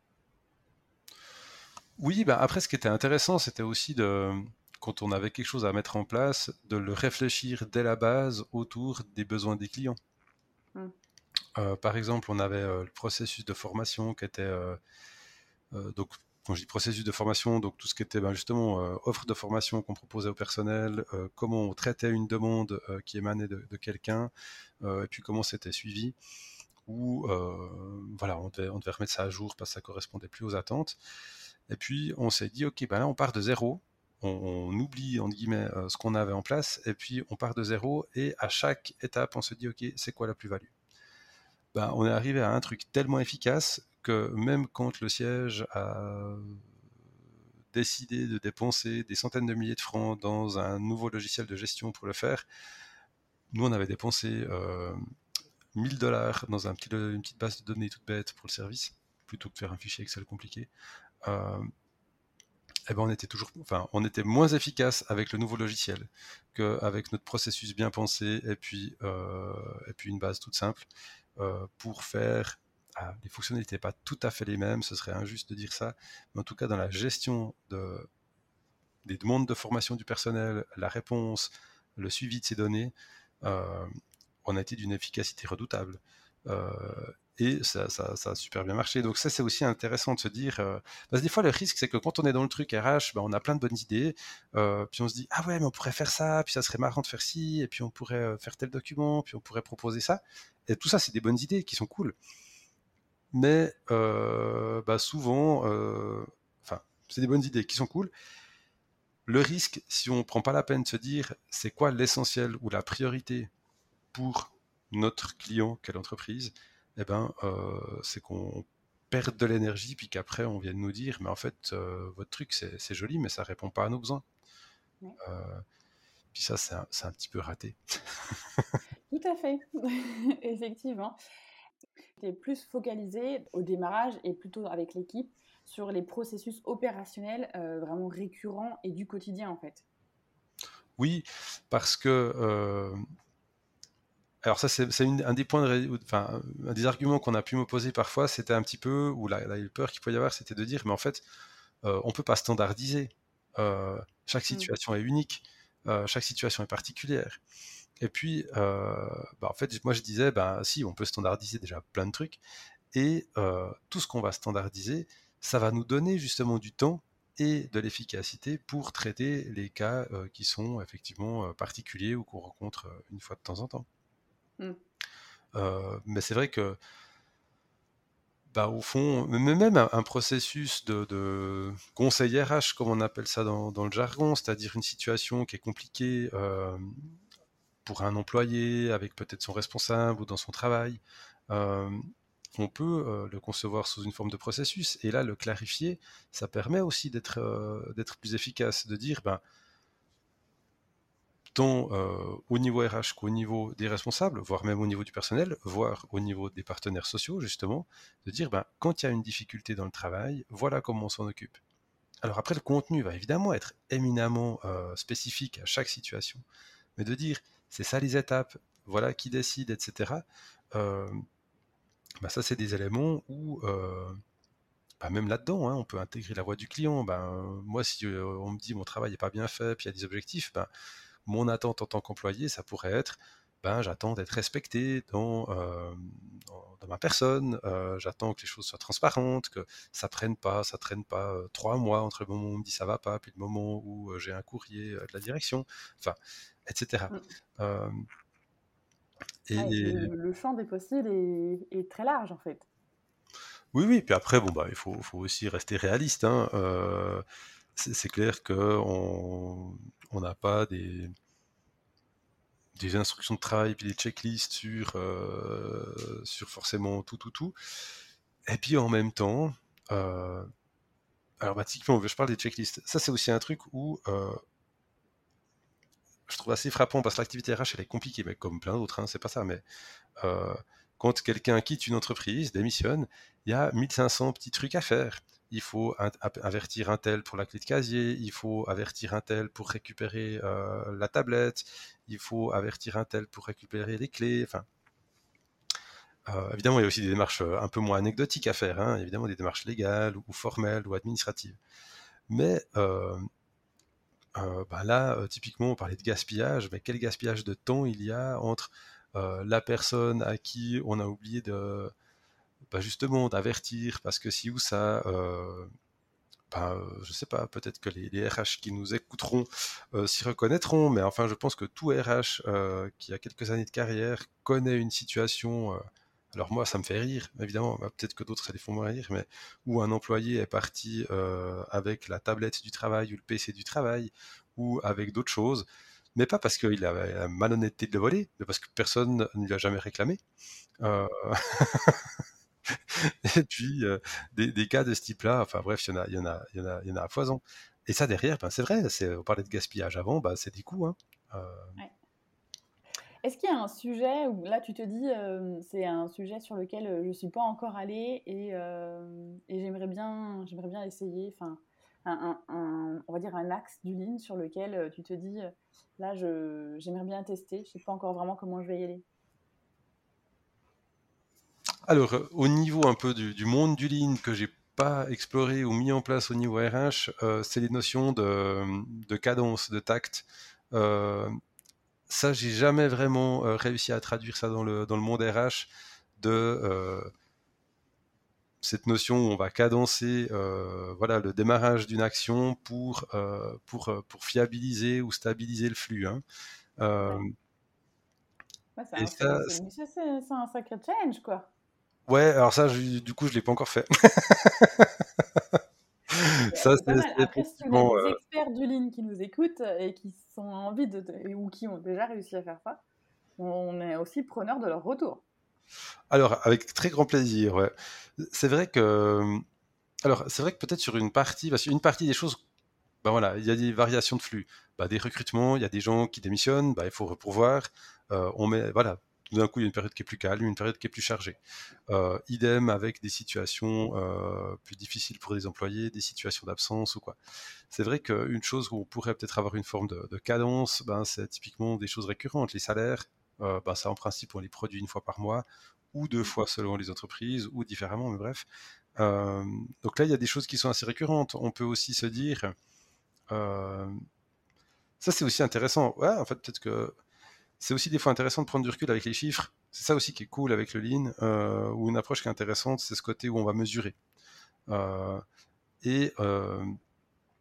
Oui, bah après, ce qui était intéressant, c'était aussi de, quand on avait quelque chose à mettre en place, de le réfléchir dès la base autour des besoins des clients. Mm. Euh, par exemple, on avait euh, le processus de formation qui était euh, euh, donc quand je dis processus de formation, donc tout ce qui était ben, justement euh, offre de formation qu'on proposait au personnel, euh, comment on traitait une demande euh, qui émanait de, de quelqu'un, euh, et puis comment c'était suivi, ou euh, voilà, on devait, on devait remettre ça à jour parce que ça correspondait plus aux attentes. Et puis on s'est dit, ok, ben là on part de zéro, on, on oublie entre guillemets euh, ce qu'on avait en place, et puis on part de zéro, et à chaque étape on se dit, ok, c'est quoi la plus-value? Ben, on est arrivé à un truc tellement efficace que même quand le siège a décidé de dépenser des centaines de milliers de francs dans un nouveau logiciel de gestion pour le faire, nous on avait dépensé euh, mille dollars dans un petit, une petite base de données toute bête pour le service, plutôt que de faire un fichier Excel compliqué. Euh, et ben on était toujours, enfin, on était moins efficace avec le nouveau logiciel qu'avec notre processus bien pensé et puis, euh, et puis une base toute simple euh, pour faire. Ah, les fonctionnalités n'étaient pas tout à fait les mêmes, ce serait injuste de dire ça, mais en tout cas dans la gestion de, des demandes de formation du personnel, la réponse, le suivi de ces données, euh, on a été d'une efficacité redoutable. Euh, et ça, ça, ça a super bien marché. Donc ça, c'est aussi intéressant de se dire, euh, parce que des fois, le risque, c'est que quand on est dans le truc R H, ben, on a plein de bonnes idées, euh, puis on se dit, ah ouais, mais on pourrait faire ça, puis ça serait marrant de faire ci, et puis on pourrait faire tel document, puis on pourrait proposer ça. Et tout ça, c'est des bonnes idées qui sont cool. Mais euh, bah souvent, euh, enfin, c'est des bonnes idées qui sont cool. Le risque, si on ne prend pas la peine de se dire c'est quoi l'essentiel ou la priorité pour notre client, quelle entreprise, eh ben, euh, c'est qu'on perde de l'énergie, puis qu'après on vienne nous dire mais en fait, euh, votre truc c'est, c'est joli, mais ça ne répond pas à nos besoins. Ouais. Euh, puis ça, c'est un, c'est un petit peu raté. Tout à fait, effectivement. Tu es plus focalisé au démarrage et plutôt avec l'équipe sur les processus opérationnels euh, vraiment récurrents et du quotidien en fait. Oui, parce que euh, alors ça c'est, c'est une, un des points de, enfin un des arguments qu'on a pu m'opposer parfois, c'était un petit peu, ou la, la peur qu'il pouvait y avoir, c'était de dire mais en fait euh, on peut pas standardiser. Euh, chaque situation mmh. est unique, euh, chaque situation est particulière. Et puis, euh, bah en fait, moi je disais, bah si, on peut standardiser déjà plein de trucs, et euh, tout ce qu'on va standardiser, ça va nous donner justement du temps et de l'efficacité pour traiter les cas euh, qui sont effectivement euh, particuliers ou qu'on rencontre euh, une fois de temps en temps. Mm. Euh, mais c'est vrai que bah, au fond, même un, un processus de, de conseil R H, comme on appelle ça dans, dans le jargon, c'est-à-dire une situation qui est compliquée euh, pour un employé, avec peut-être son responsable ou dans son travail, euh, on peut euh, le concevoir sous une forme de processus. Et là, le clarifier, ça permet aussi d'être euh, d'être plus efficace, de dire, ben, tant euh, au niveau R H qu'au niveau des responsables, voire même au niveau du personnel, voire au niveau des partenaires sociaux, justement, de dire, ben, quand il y a une difficulté dans le travail, voilà comment on s'en occupe. Alors après, le contenu va évidemment être éminemment euh, spécifique à chaque situation, mais de dire, c'est ça les étapes, voilà qui décide, et cetera, euh, ben, ça, c'est des éléments où... Euh, bah même là-dedans, hein, on peut intégrer la voix du client. Ben, euh, moi, si euh, on me dit mon travail n'est pas bien fait, puis il y a des objectifs, ben, mon attente en tant qu'employé, ça pourrait être, ben, j'attends d'être respecté dans, euh, dans, dans ma personne, euh, j'attends que les choses soient transparentes, que ça prenne pas, ça traîne pas euh, trois mois entre le moment où on me dit ça va pas, puis le moment où euh, j'ai un courrier euh, de la direction, enfin, et cetera. Mm. Euh, et, ouais, le, le champ des possibles est, est très large en fait. Oui, oui, puis après, bon, bah, il faut, faut aussi rester réaliste. Hein. Euh, c'est, c'est clair qu'on n'a pas des, des instructions de travail puis des checklists sur, euh, sur forcément tout, tout, tout. Et puis en même temps, euh, alors bah, typiquement, je parle des checklists. Ça, c'est aussi un truc où euh, je trouve assez frappant parce que l'activité R H, elle est compliquée, mais comme plein d'autres, hein, c'est pas ça, mais euh, quand quelqu'un quitte une entreprise, démissionne, il y a mille cinq cents petits trucs à faire. Il faut un, avertir un tel pour la clé de casier, il faut avertir un tel pour récupérer euh, la tablette, il faut avertir un tel pour récupérer les clés, enfin... Euh, évidemment, il y a aussi des démarches un peu moins anecdotiques à faire, hein, évidemment des démarches légales ou formelles ou administratives. Mais euh, euh, bah là, euh, typiquement, on parlait de gaspillage, mais quel gaspillage de temps il y a entre euh, la personne à qui on a oublié de, bah justement, d'avertir, parce que si ou ça, euh, bah, euh, je sais pas, peut-être que les, les R H qui nous écouteront euh, s'y reconnaîtront, mais enfin, je pense que tout R H euh, qui a quelques années de carrière connaît une situation... Euh, alors moi, ça me fait rire, évidemment, bah, peut-être que d'autres, ça les font moins rire, mais où un employé est parti euh, avec la tablette du travail ou le P C du travail, ou avec d'autres choses, mais pas parce qu'il avait la malhonnêteté de le voler, mais parce que personne ne lui a jamais réclamé. Euh... Et puis, euh, des, des cas de ce type-là, enfin bref, il y en a, il y en a, il y en a, il y en a à foison. Et ça, derrière, ben, c'est vrai, c'est, on parlait de gaspillage avant, ben, c'est des coûts. Hein. Euh... Ouais. Est-ce qu'il y a un sujet où là tu te dis euh, c'est un sujet sur lequel euh, je ne suis pas encore allée et, euh, et j'aimerais bien, j'aimerais bien essayer, enfin, un, un, un, on va dire un axe du Lean sur lequel euh, tu te dis euh, là je, j'aimerais bien tester, je ne sais pas encore vraiment comment je vais y aller. Alors, euh, au niveau un peu du, du monde du Lean que j'ai pas exploré ou mis en place au niveau R H, euh, c'est les notions de, de cadence, de tact. Euh, ça, j'ai jamais vraiment euh, réussi à traduire ça dans le, dans le monde R H, de euh, cette notion où on va cadencer euh, voilà, le démarrage d'une action pour, euh, pour, pour fiabiliser ou stabiliser le flux. Hein. Euh, ouais. Ouais, c'est, et un, ça, c'est, c'est, c'est, c'est un sacré challenge, quoi. Ouais, alors ça, je, du coup, je l'ai pas encore fait. ça, C'est pas c'est, mal. c'est Après, si on a effectivement. des Euh... experts du Lean qui nous écoutent et qui sont envie de, ou qui ont déjà réussi à faire ça, on est aussi preneur de leur retour. Alors, avec très grand plaisir. Ouais. C'est vrai que, alors, c'est vrai que peut-être sur une partie, parce qu'une partie des choses, ben voilà, il y a des variations de flux. Ben, des recrutements, il y a des gens qui démissionnent, ben, il faut repourvoir. Euh, on met, voilà. Tout d'un coup, il y a une période qui est plus calme, une période qui est plus chargée. Euh, idem avec des situations euh, plus difficiles pour des employés, des situations d'absence ou quoi. C'est vrai qu'une chose où on pourrait peut-être avoir une forme de, de cadence, ben, c'est typiquement des choses récurrentes. Les salaires, euh, ben, ça en principe, on les produit une fois par mois ou deux fois selon les entreprises ou différemment, mais bref. Euh, donc là, il y a des choses qui sont assez récurrentes. On peut aussi se dire, euh, ça c'est aussi intéressant. Ouais, en fait, peut-être que c'est aussi des fois intéressant de prendre du recul avec les chiffres. C'est ça aussi qui est cool avec le Lean, euh, ou une approche qui est intéressante, c'est ce côté où on va mesurer. Euh, et euh,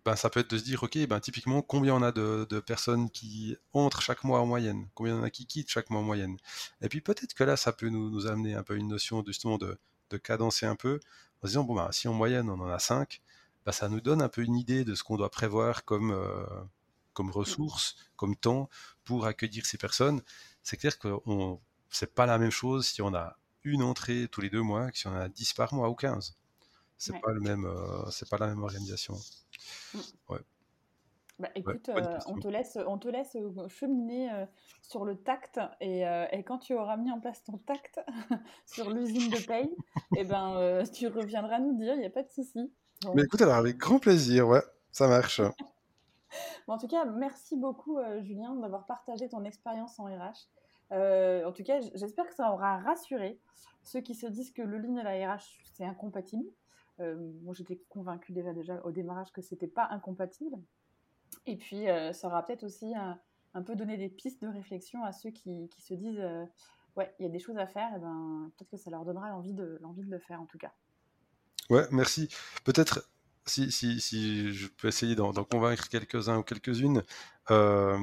ben, ça peut être de se dire, ok, ben, typiquement, combien on a de, de personnes qui entrent chaque mois en moyenne, combien on a qui quittent chaque mois en moyenne. Et puis peut-être que là, ça peut nous, nous amener un peu une notion justement de, de cadencer un peu, en se disant, bon, ben, si en moyenne on en a cinq, ben, ça nous donne un peu une idée de ce qu'on doit prévoir comme, euh, comme ressources, comme temps pour accueillir ces personnes. C'est clair que on, c'est pas la même chose si on a une entrée tous les deux mois que si on en a dix par mois ou quinze. C'est Ouais. pas le même, euh, c'est pas la même organisation. Ouais. Bah, Ouais, écoute, bonne euh, question. on te laisse, on te laisse euh, cheminer euh, sur le tact et, euh, et quand tu auras mis en place ton tact sur l'usine de paye, eh ben, euh, tu reviendras nous dire, il n'y a pas de souci. Mais Bon. écoute, alors avec grand plaisir, ouais, ça marche. Bon, en tout cas, merci beaucoup euh, Julien d'avoir partagé ton expérience en R H. Euh, en tout cas, j- j'espère que ça aura rassuré ceux qui se disent que le lean et la R H c'est incompatible. Euh, moi, j'étais convaincue déjà, déjà au démarrage que c'était pas incompatible. Et puis, euh, ça aura peut-être aussi un, un peu donné des pistes de réflexion à ceux qui, qui se disent euh, ouais, il y a des choses à faire, et ben, peut-être que ça leur donnera l'envie de, l'envie de le faire en tout cas. Ouais, merci. Peut-être, si, si, si je peux essayer d'en, d'en convaincre quelques-uns ou quelques-unes, euh,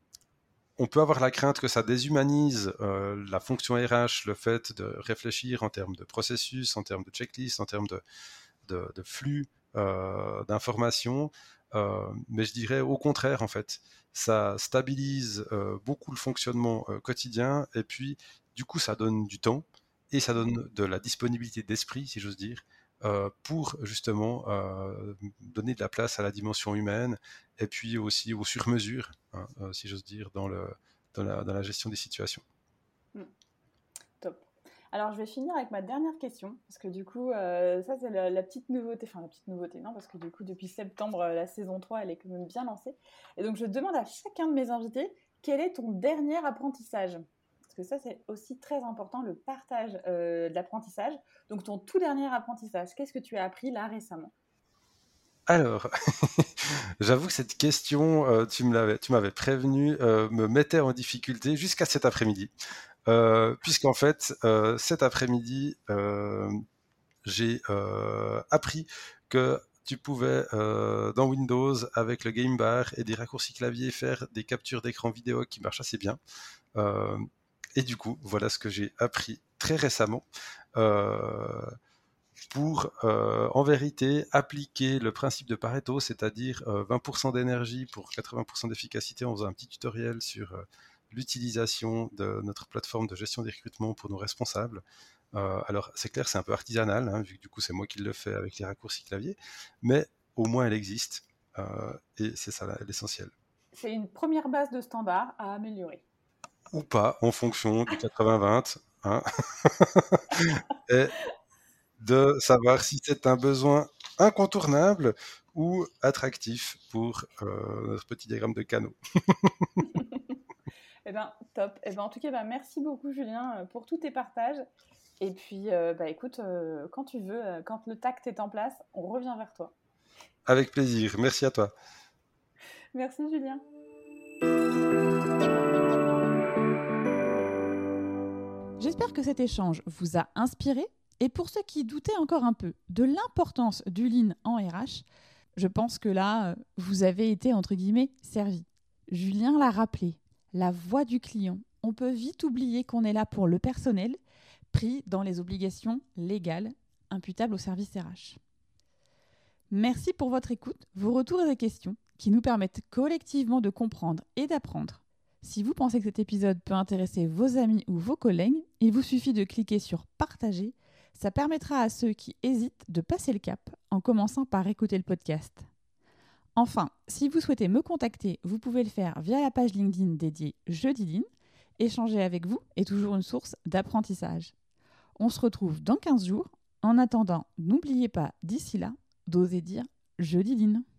on peut avoir la crainte que ça déshumanise euh, la fonction R H, le fait de réfléchir en termes de processus, en termes de checklist, en termes de, de, de flux euh, d'informations. Euh, mais je dirais au contraire, en fait, ça stabilise euh, beaucoup le fonctionnement euh, quotidien et puis, du coup, ça donne du temps et ça donne de la disponibilité d'esprit, si j'ose dire, euh, pour justement euh, donner de la place à la dimension humaine et puis aussi aux sur-mesures, hein, euh, si j'ose dire, dans, le, dans, la, dans la gestion des situations. Mm. Top. Alors, je vais finir avec ma dernière question, parce que du coup, euh, ça, c'est la, la petite nouveauté. Enfin, la petite nouveauté, non, parce que du coup, depuis septembre, euh, la saison trois, elle est quand même bien lancée. Et donc, je demande à chacun de mes invités, quel est ton dernier apprentissage? Parce que ça, c'est aussi très important, le partage euh, de l'apprentissage. Donc, ton tout dernier apprentissage, qu'est-ce que tu as appris là récemment? Alors, j'avoue que cette question, euh, tu me l'avais, tu m'avais prévenu, euh, me mettait en difficulté jusqu'à cet après-midi. Euh, puisqu'en fait, euh, cet après-midi, euh, j'ai euh, appris que tu pouvais, euh, dans Windows, avec le Game Bar et des raccourcis clavier, faire des captures d'écran vidéo qui marchent assez bien. Euh, et du coup, voilà ce que j'ai appris très récemment. Euh, pour, euh, en vérité, appliquer le principe de Pareto, c'est-à-dire euh, vingt pour cent d'énergie pour quatre-vingts pour cent d'efficacité, en faisant un petit tutoriel sur euh, l'utilisation de notre plateforme de gestion des recrutements pour nos responsables. Euh, alors, c'est clair, c'est un peu artisanal, hein, vu que du coup, c'est moi qui le fais avec les raccourcis clavier, mais au moins, elle existe, euh, et c'est ça l'essentiel. C'est une première base de standard à améliorer. Ou pas, en fonction du quatre-vingts vingt, hein. Et de savoir si c'est un besoin incontournable ou attractif pour euh, notre petit diagramme de canaux. Eh bien, top. Eh ben, en tout cas, bah, merci beaucoup, Julien, pour tous tes partages. Et puis, euh, bah, écoute, euh, quand tu veux, euh, quand le tact est en place, on revient vers toi. Avec plaisir. Merci à toi. Merci, Julien. J'espère que cet échange vous a inspiré. Et pour ceux qui doutaient encore un peu de l'importance du lean en R H, je pense que là, vous avez été, entre guillemets, servi. Julien l'a rappelé, la voix du client. On peut vite oublier qu'on est là pour le personnel, pris dans les obligations légales imputables au service R H. Merci pour votre écoute, vos retours et vos questions qui nous permettent collectivement de comprendre et d'apprendre. Si vous pensez que cet épisode peut intéresser vos amis ou vos collègues, il vous suffit de cliquer sur « Partager ». Ça permettra à ceux qui hésitent de passer le cap en commençant par écouter le podcast. Enfin, si vous souhaitez me contacter, vous pouvez le faire via la page LinkedIn dédiée Jeudi Lean. Échanger avec vous est toujours une source d'apprentissage. On se retrouve dans quinze jours. En attendant, n'oubliez pas d'ici là d'oser dire Jeudi Lean.